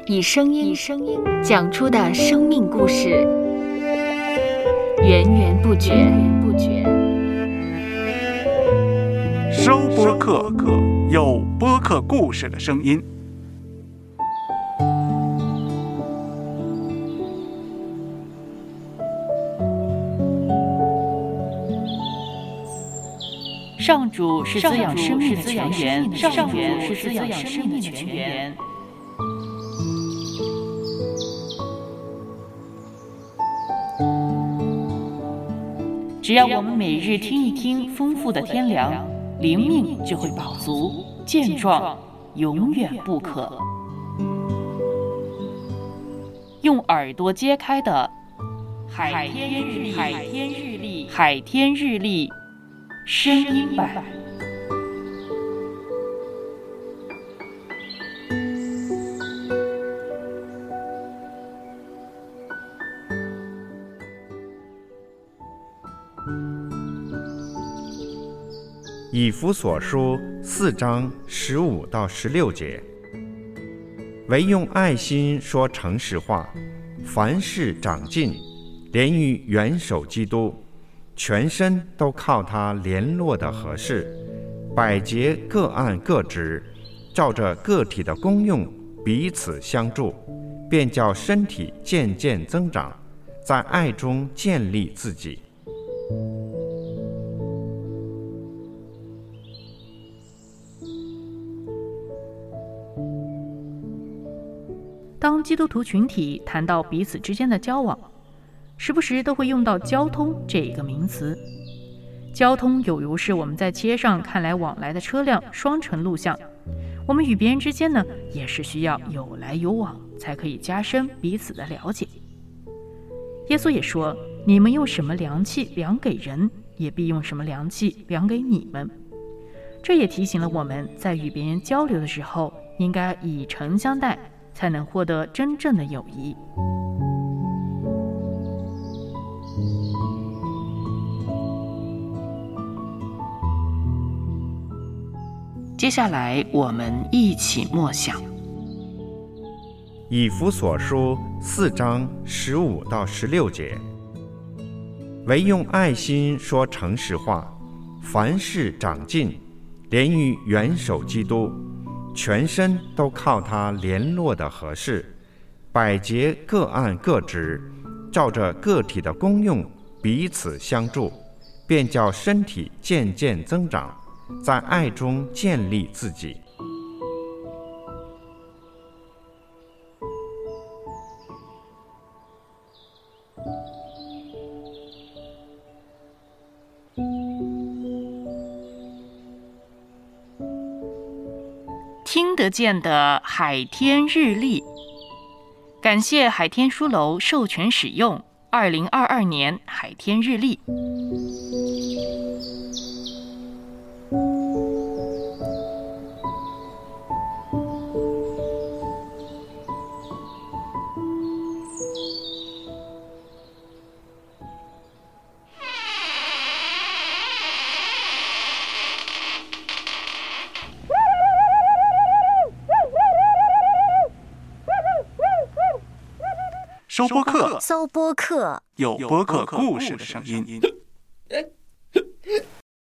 以声音讲出的生命故事，源源不绝。 收播客，有播客故事的声音。 上主是滋养生命的泉源，上主是滋养生命的泉源。只要我们每日听一听丰富的天粮，灵命就会饱足健壮，永远不渴。用耳朵揭开的海天日历声音版。 以弗所书4章15到16节，唯用爱心说诚实话，凡事长进，连于元首基督，全身都靠他联络的合适，百节各按各职，照着个体的功用彼此相助，便叫身体渐渐增长，在爱中建立自己。 当基督徒群体谈到彼此之间的交往，时不时都会用到交通这个名词。交通有如是我们在街上看来往来的车辆双程路向，我们与别人之间呢，也是需要有来有往，才可以加深彼此的了解。耶稣也说，你们用什么量器量给人，也必用什么量器量给你们。这也提醒了我们在与别人交流的时候，应该以诚相待，才能获得真正的友谊。接下来我们一起默想以弗所书4章15到16节，唯用爱心说诚实话，凡事长进，连于元首基督，全身都靠他联络的合适，百节各按各职，照着个体的功用彼此相助，便叫身体渐渐增长，在爱中建立自己。 听得见的海天日历，感谢海天书楼授权使用2022年海天日历。 收播客， 搜播客， 有播客故事的声音。